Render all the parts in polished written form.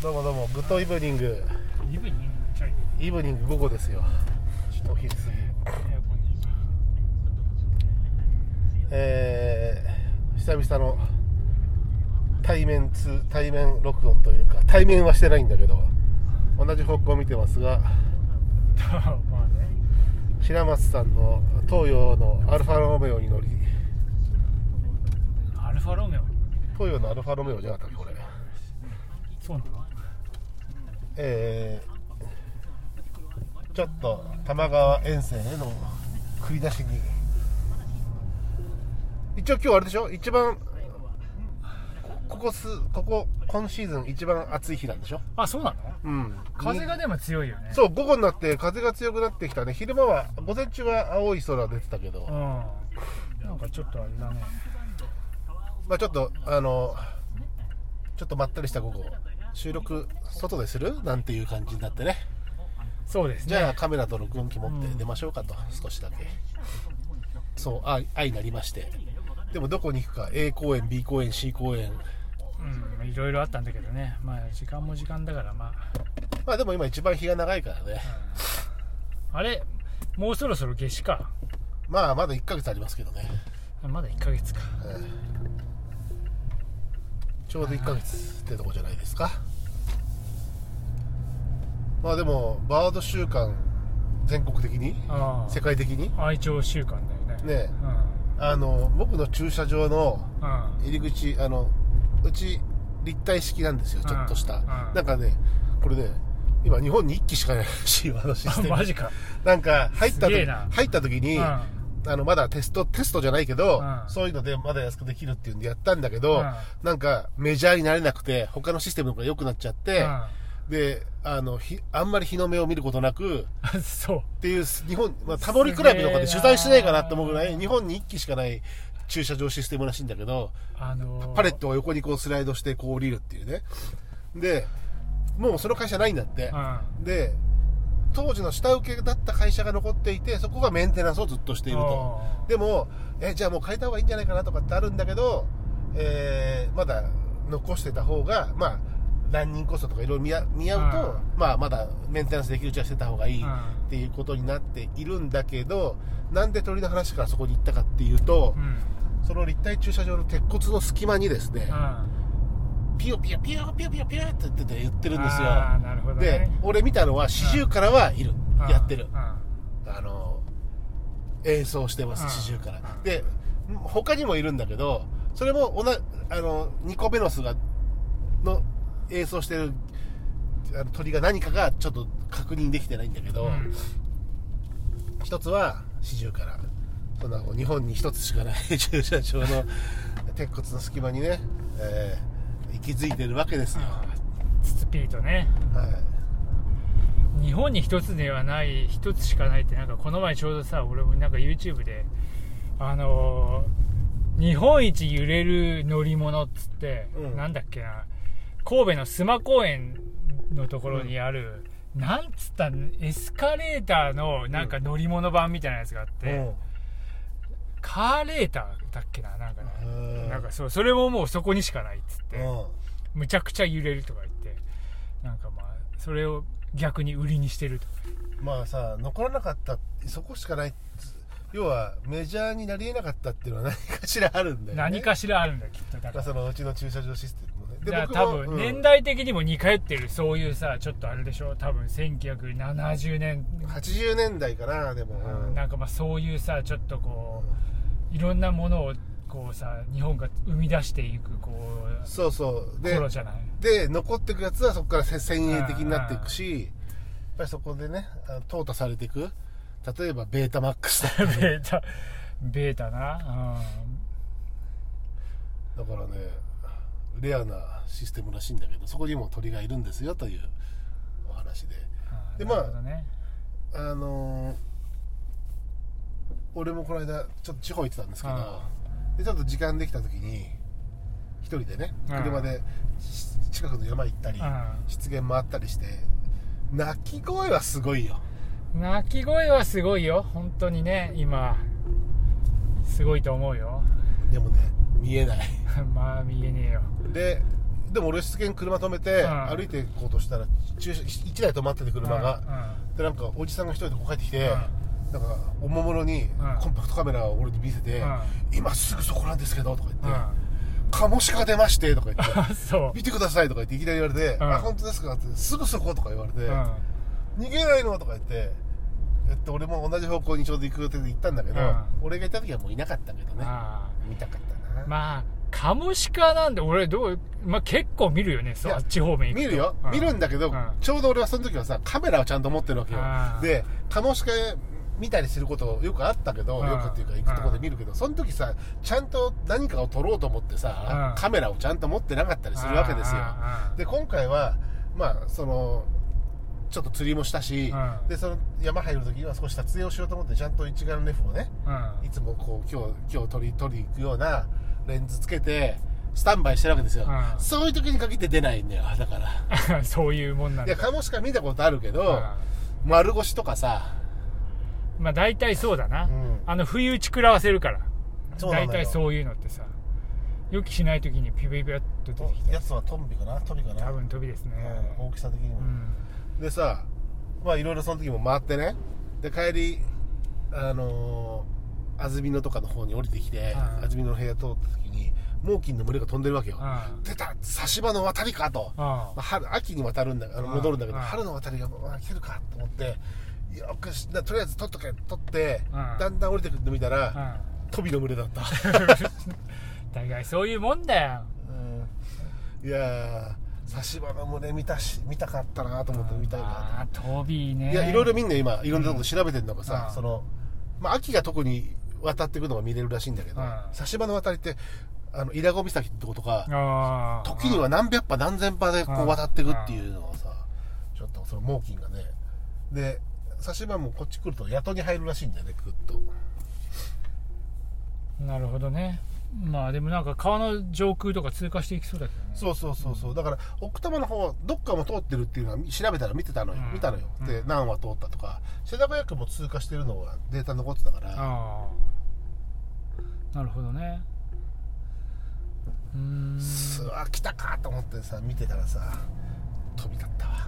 どうもどうも、グッドイブニング。 イブニングちょいイブニング午後ですよ。お昼過ぎ。久々の対面録音というか、対面はしてないんだけど同じ方向を見てますがまあね、 白松さんの東洋のアルファロメオに乗り、 アルファロメオ、 東洋のアルファロメオじゃなかったっけこれ。 そうなの？ ちょっと多摩川沿線への繰り出しに、一応今日あれでしょ、一番今シーズン一番暑い日なんでしょ。 あ、そうなの？ うん。 風がでも強いよね。 そう、午後になって風が強くなってきたね。昼間は午前中は青い空出てたけど、 なんかちょっとあれだね。 まあちょっとちょっとまったりした午後、収録外でするなんていう感じになってね。 そうですね。 じゃあカメラと録音機持って出ましょうかと、少しだけそう愛なりまして。でもどこに行くか、 A 公園 B 公園 C 公園、 いろいろあったんだけどね。まあ時間も時間だからまあでも今一番日が長いからね、 あれもうそろそろ夏至か。 まあまだ1ヶ月ありますけどね、 まだ1ヶ月か、 ちょうど1ヶ月ってとこじゃないですか。まあでもバード週間、全国的に世界的に愛鳥週間だよね。 ね、僕の駐車場の入り口、うち立体式なんですよ、ちょっとした、なんかね、これね今日本に1機しかないらしいわ、システム。 マジか。 なんか入った時に、まだテストじゃないけど、そういうのでまだ安くできるっていうんでやったんだけど、なんかメジャーになれなくて他のシステムの方が良くなっちゃって、であんまり日の目を見ることなくそうっていう、日本、タモリクラブとかで取材してないかなって思うぐらい日本に1機しかない駐車場システムらしいんだけど、パレットを横にこうスライドしてこう降りるっていうね。でもうその会社ないんだって、で当時の下請けだった会社が残っていて、そこがメンテナンスをずっとしていると。でもじゃあもう変えた方がいいんじゃないかなとかってあるんだけど、まだ残してた方が、まあランニングコストとかいろいろ見合うと、まだメンテナンスできるうちはしてた方がいいっていうことになっているんだけど、なんで鳥の話からそこに行ったかっていうと、その立体駐車場の鉄骨の隙間にですね、ピヨピヨピヨピヨピヨピヨって言ってるんですよ。 なるほどね。 で俺見たのは四十からはいる、やってる、演奏してます、四十から。で他にもいるんだけど、それもニコベノスの演奏してる鳥が何かがちょっと確認できてないんだけど、一つは四十から、そんな日本に一つしかない駐車場の鉄骨の隙間にね、息づいてるわけですよ。 ツツピーとね、日本に一つではない、一つしかないって、なんかこの前ちょうどさ、俺もなんか YouTube で日本一揺れる乗り物っつって、なんだっけな、神戸の須磨公園のところにある、なんつったん、エスカレーターのなんか乗り物版みたいなやつがあって、カーレーターだっけな、なんかね、なんかそれももうそこにしかないっつって、むちゃくちゃ揺れるとか言って、なんかまあそれを逆に売りにしてると。 まあさ、残らなかった、そこしかない、要はメジャーになり得なかったっていうのは何かしらあるんだよね。 何かしらあるんだよきっと。だからそのうちの駐車場システムもね。で多分年代的にも似通ってる、そういうさ、ちょっとあれでしょ、多分1970年 80年代かな。でも、 なんかまあそういうさ、ちょっとこう、いろんなものをこうさ、日本が生み出していくこう、 そうそうで頃じゃない。 で残っていくやつはそこから先鋭的になっていくし、やっぱりそこでね淘汰されていく。例えばベータマックスベータな、 だからね、レアなシステムらしいんだけど、そこにも鳥がいるんですよというお話で。でまあ、ね、俺もこの間ちょっと地方行ってたんですけど、でちょっと時間できた時に一人でね、車で近くの山行ったり、湿原回ったりして、鳴き声はすごいよ。 鳴き声はすごいよ、本当にね、今すごいと思うよ。 でもね、見えないまあ見えねえよ。 ででも俺出現車止めて、歩いて行こうとしたら1台止まってて車が、でなんかおじさんが一人でこう帰ってきて、なんかおもむろにコンパクトカメラを俺に見せて、今すぐそこなんですけどとか言って、カモシカ出ましてとか言って見てくださいとか言っていきなり言われて、あ本当ですかってすぐそことか言われて、逃げないのとか言って、俺も同じ方向にちょうど行く予定で行ったんだけど、俺がいた時はもういなかったけどね。見たかったな。 まあカモシカなんで俺結構見るよね。そうあっち方面行くと見るよ、見るんだけど、ちょうど俺はその時はさカメラをちゃんと持ってるわけよ。でカモシカ見たりすることよくあったけど、よくっていうか行くとこで見るけど、その時さちゃんと何かを撮ろうと思ってさ、カメラをちゃんと持ってなかったりするわけですよ。で今回はまあそのちょっと釣りもしたし、でその山入る時には少し撮影をしようと思ってちゃんと一眼レフをね、いつもこう今日撮り行くようなレンズつけてスタンバイしてるわけですよ。そういう時に限って出ないんだよ。だからそういうもんなんだ。 いやカモシカ見たことあるけど、丸腰とかさ、 まあ大体そうだな、不意打ち食らわせるから、大体そういうのってさ、予期しない時にピピピッと出てきたやつはトビかな。多分トビですね、 大きさ的にも、でさ、まあいろいろその時も回ってね、で帰り安曇野とかの方に降りてきて、安曇野の部屋通った時に猛禽の群れが飛んでるわけよ。出た、差し場の渡りかと、秋に渡るんだ戻るんだけど、春の渡りが来てるかと思って、よくとりあえず取って、だんだん降りてくるの見たら、トビの群れだった大概そういうもんだよ。 いや差し場の群れ見たかったなと思って見たいなと。 トビね。 いやいろいろみんな今いろんなところ調べてるのがさ、そのまあ秋が特に渡っていくのが見れるらしいんだけど、差し場の渡りって伊良湖岬ってことか、時には何百羽何千羽でこう渡っていくっていうのをさ、ちょっとその猛禽がね、で差し場もこっち来ると谷戸に入るらしいんだよね、グッと。 なるほどね。まあでもなんか川の上空とか通過していきそうだけどね。 そう、だから奥多摩の方どっかも通ってるっていうのは調べたら見たのよ、で何羽通ったとか、世田谷区も通過してるのがデータ残ってたから。 なるほどね。 来たかと思ってさ見てたらさ、飛びだったわ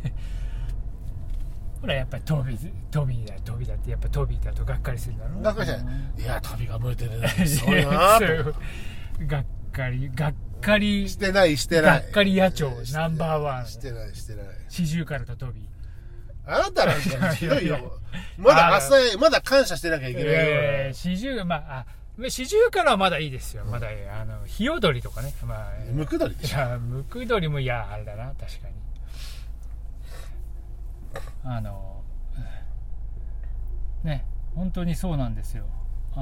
ほらやっぱり飛びだってやっぱ飛びだとがっかりするだろ。 がっかりしない。いや飛びが向いてるね。そういうなと。 がっかりしてない。 がっかり野鳥ナンバーワン。 してない。 シジュウカラと飛び。 あなたなんかひどいよ。まだ感謝してなきゃいけないよ。 シジュウカラはまだいいですよ。まだヒヨドリとかね。 ムクドリでしょ。 ムクドリもあれだな、確かに。ね、本当にそうなんですよ。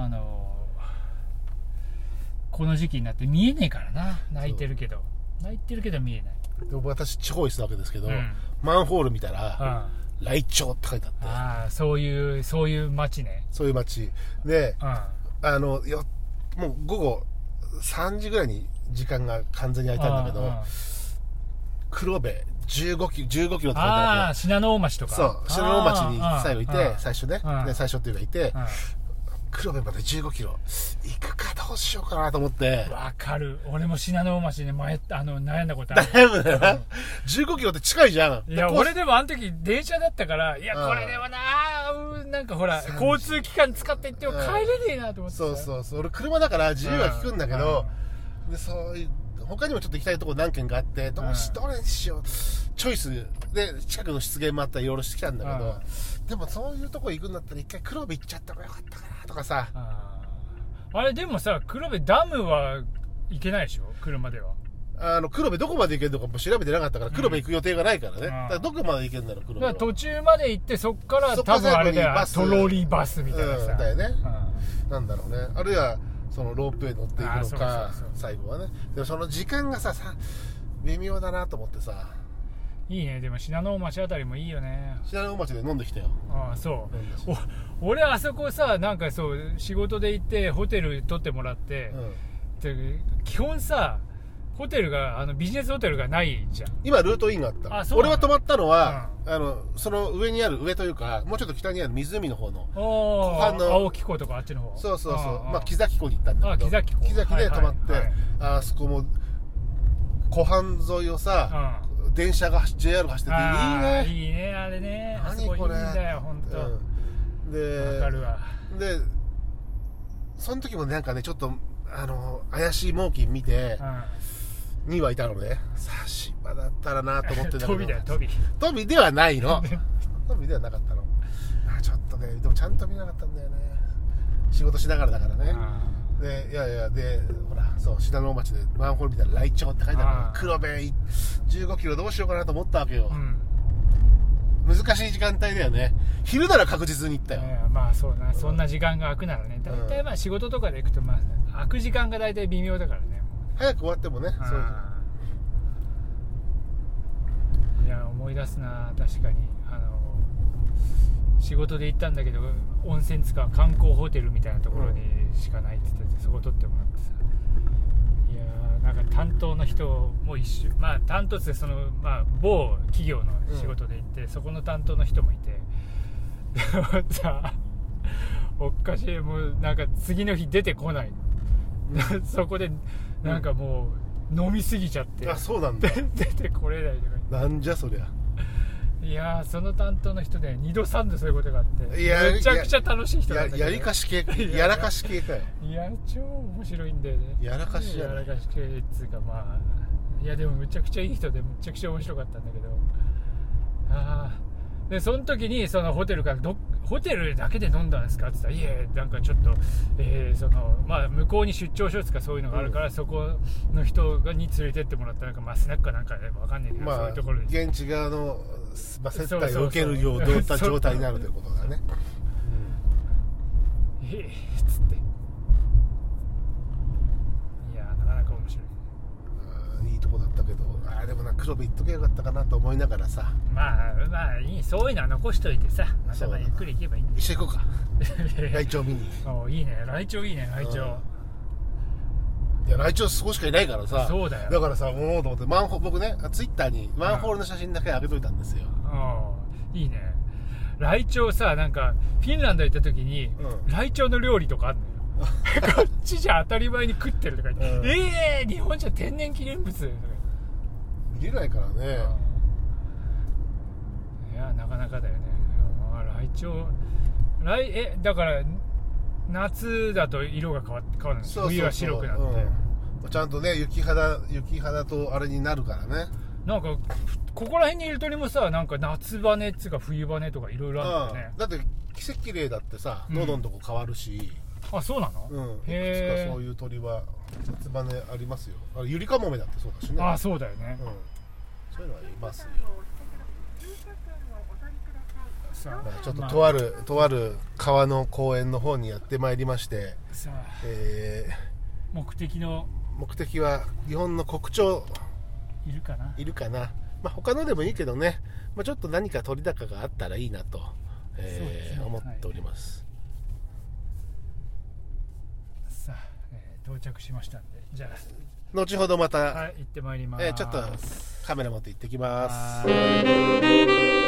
この時期になって見えねえからな。泣いてるけど見えない。 でも私地方に住むわけですけど、マンホール見たら、ライチョウって書いてあって。 そういう街ね。 そういう街で、もう午後3時ぐらいに時間が完全に空いたんだけど、黒部15キロって書いてあって、 信濃大町とか。 そう信濃大町に最後いて、最初ね、最初っていうのがいて、黒部まで15キロ行くかどうしようかなと思って。 わかる。俺も信濃大町で悩んだことある。 悩むね。15キロって近いじゃん。 いや俺でもあの時電車だったから、いやこれでもなんかほら交通機関使って行っても帰れねえなと思って。 そう俺車だから自由は利くんだけど、でそういう他にもちょっと行きたいところ何軒かあって、どれにしようチョイスで近くの湿原もあったらいろいろしてきたんだけど、でもそういうとこ行くんだったら一回黒部行っちゃった方がよかったかなとかさ。 あれでもさ、黒部ダムは行けないでしょ、車では。 黒部どこまで行けるのかも調べてなかったから、黒部行く予定がないからね。だからどこまで行けるんだろう、黒部は。 途中まで行ってそっから多分あれだよ、トロリーバスみたいなさ、 だよね。なんだろうね。あるいはそのロープウェイ乗っていくのか、最後はね。でもその時間がさ微妙だなと思ってさ。 いいね。でも信濃大町あたりもいいよね。 信濃大町で飲んできたよ。 そう俺あそこさ、なんかそう仕事で行ってホテル取ってもらって、で基本さホテルがビジネスホテルがないじゃん。 今ルートインがあった。俺は泊まったのは、その上というかもうちょっと北にある湖の方の湖畔の青木湖とかあっちの方。 そうまあ木崎湖に行ったんだけど、 木崎で泊まって、あそこも湖畔沿いをさ、電車が JR が走ってていいね。 いいねあれね。 何これ。 いいんだよ本当。 で、 わかるわ。 で、その時もなんかねちょっと怪しい猛禽見て、2羽いたのね。刺し歯だったらなと思ってたけど。 トビだよトビ。 トビではないの。トビではなかったの。ちょっとねでもちゃんと見なかったんだよね。仕事しながらだからね。ででほらそう信濃町でマンホール見たらライチョウって書いてある。黒部15キロどうしようかなと思ったわけよ。難しい時間帯だよね。昼なら確実に行ったよ。 まあそうな、そんな時間が空くならね。大体まあ仕事とかで行くとまあ空く時間が大体微妙だからね。 早く終わってもね。そういや思い出すな。確かに仕事で行ったんだけど温泉つか観光ホテルみたいなところにしかないって言ってて、そこ取ってもらってさ、いやなんか担当の人も一緒、まあ担当ってその、まあ、某企業の仕事で行って、そこの担当の人もいてさおかしい、もうなんか次の日出てこないそこでなんかもう飲みすぎちゃって、 そうなんだ出てこれないとか。 なんじゃそりゃ。 いやその担当の人で2度3度そういうことがあって、めちゃくちゃ楽しい人だったけど、 やりかし系やらかし系かよ。 いや超面白いんだよね。 やらかしやらかし系っつうか、まあいやでもむちゃくちゃいい人でむちゃくちゃ面白かったんだけど、でその時にそのホテルからホテルだけで飲んだんですかって言ったら、いえなんかちょっと、そのまあ、向こうに出張所とかそういうのがあるから、そこの人に連れてってもらったなんか、まあ、スナックかなんかで分かんないけど、そういうところに現地側の、接待を受けるような状態になるということだね。 つって、いやなかなか面白い。いいとこだったけど、でもな黒部行っとけばよかったかなと思いながらさ、 まあいい、そういうのは残しといてさ、またゆっくり行けばいいんだ。 一緒行こうかライチョウ見に。 いいね、ライチョウいいね、ライチョウ。 いやライチョウそこしかいないからさ。 そうだよ。 だからさ、もうと思って僕ねツイッターにマンホールの写真だけ上げといたんですよ。 いいね。ライチョウさ、なんかフィンランド行った時に、ライチョウの料理とかあるのよこっちじゃ当たり前に食ってるとか言って、日本じゃ天然記念物とか見れないからね。 いやなかなかだよね。ライチョウだから夏だと色が変わるんです。冬は白くなって、 ちゃんとね雪肌とあれになるからね。 なんかここら辺にいる鳥もさ、なんか夏羽っつうか冬羽とかいろいろあるんだよね。 だって季節綺麗だってさ、喉のとこ変わるし。 そうなの？ いくつかそういう鳥は夏羽ありますよ。ユリカモメだってそうだしね。 そうだよね。 そういうのはいますよ。ちょっととある川の公園の方にやってまいりまして、目的は日本の国鳥いるかな。まあ他のでもいいけどね、まあ、ちょっと何か取り高があったらいいなと、思っております。 さあ、到着しましたんで、じゃあ後ほどまた、 行ってまいります。 ちょっとカメラ持って行ってきます。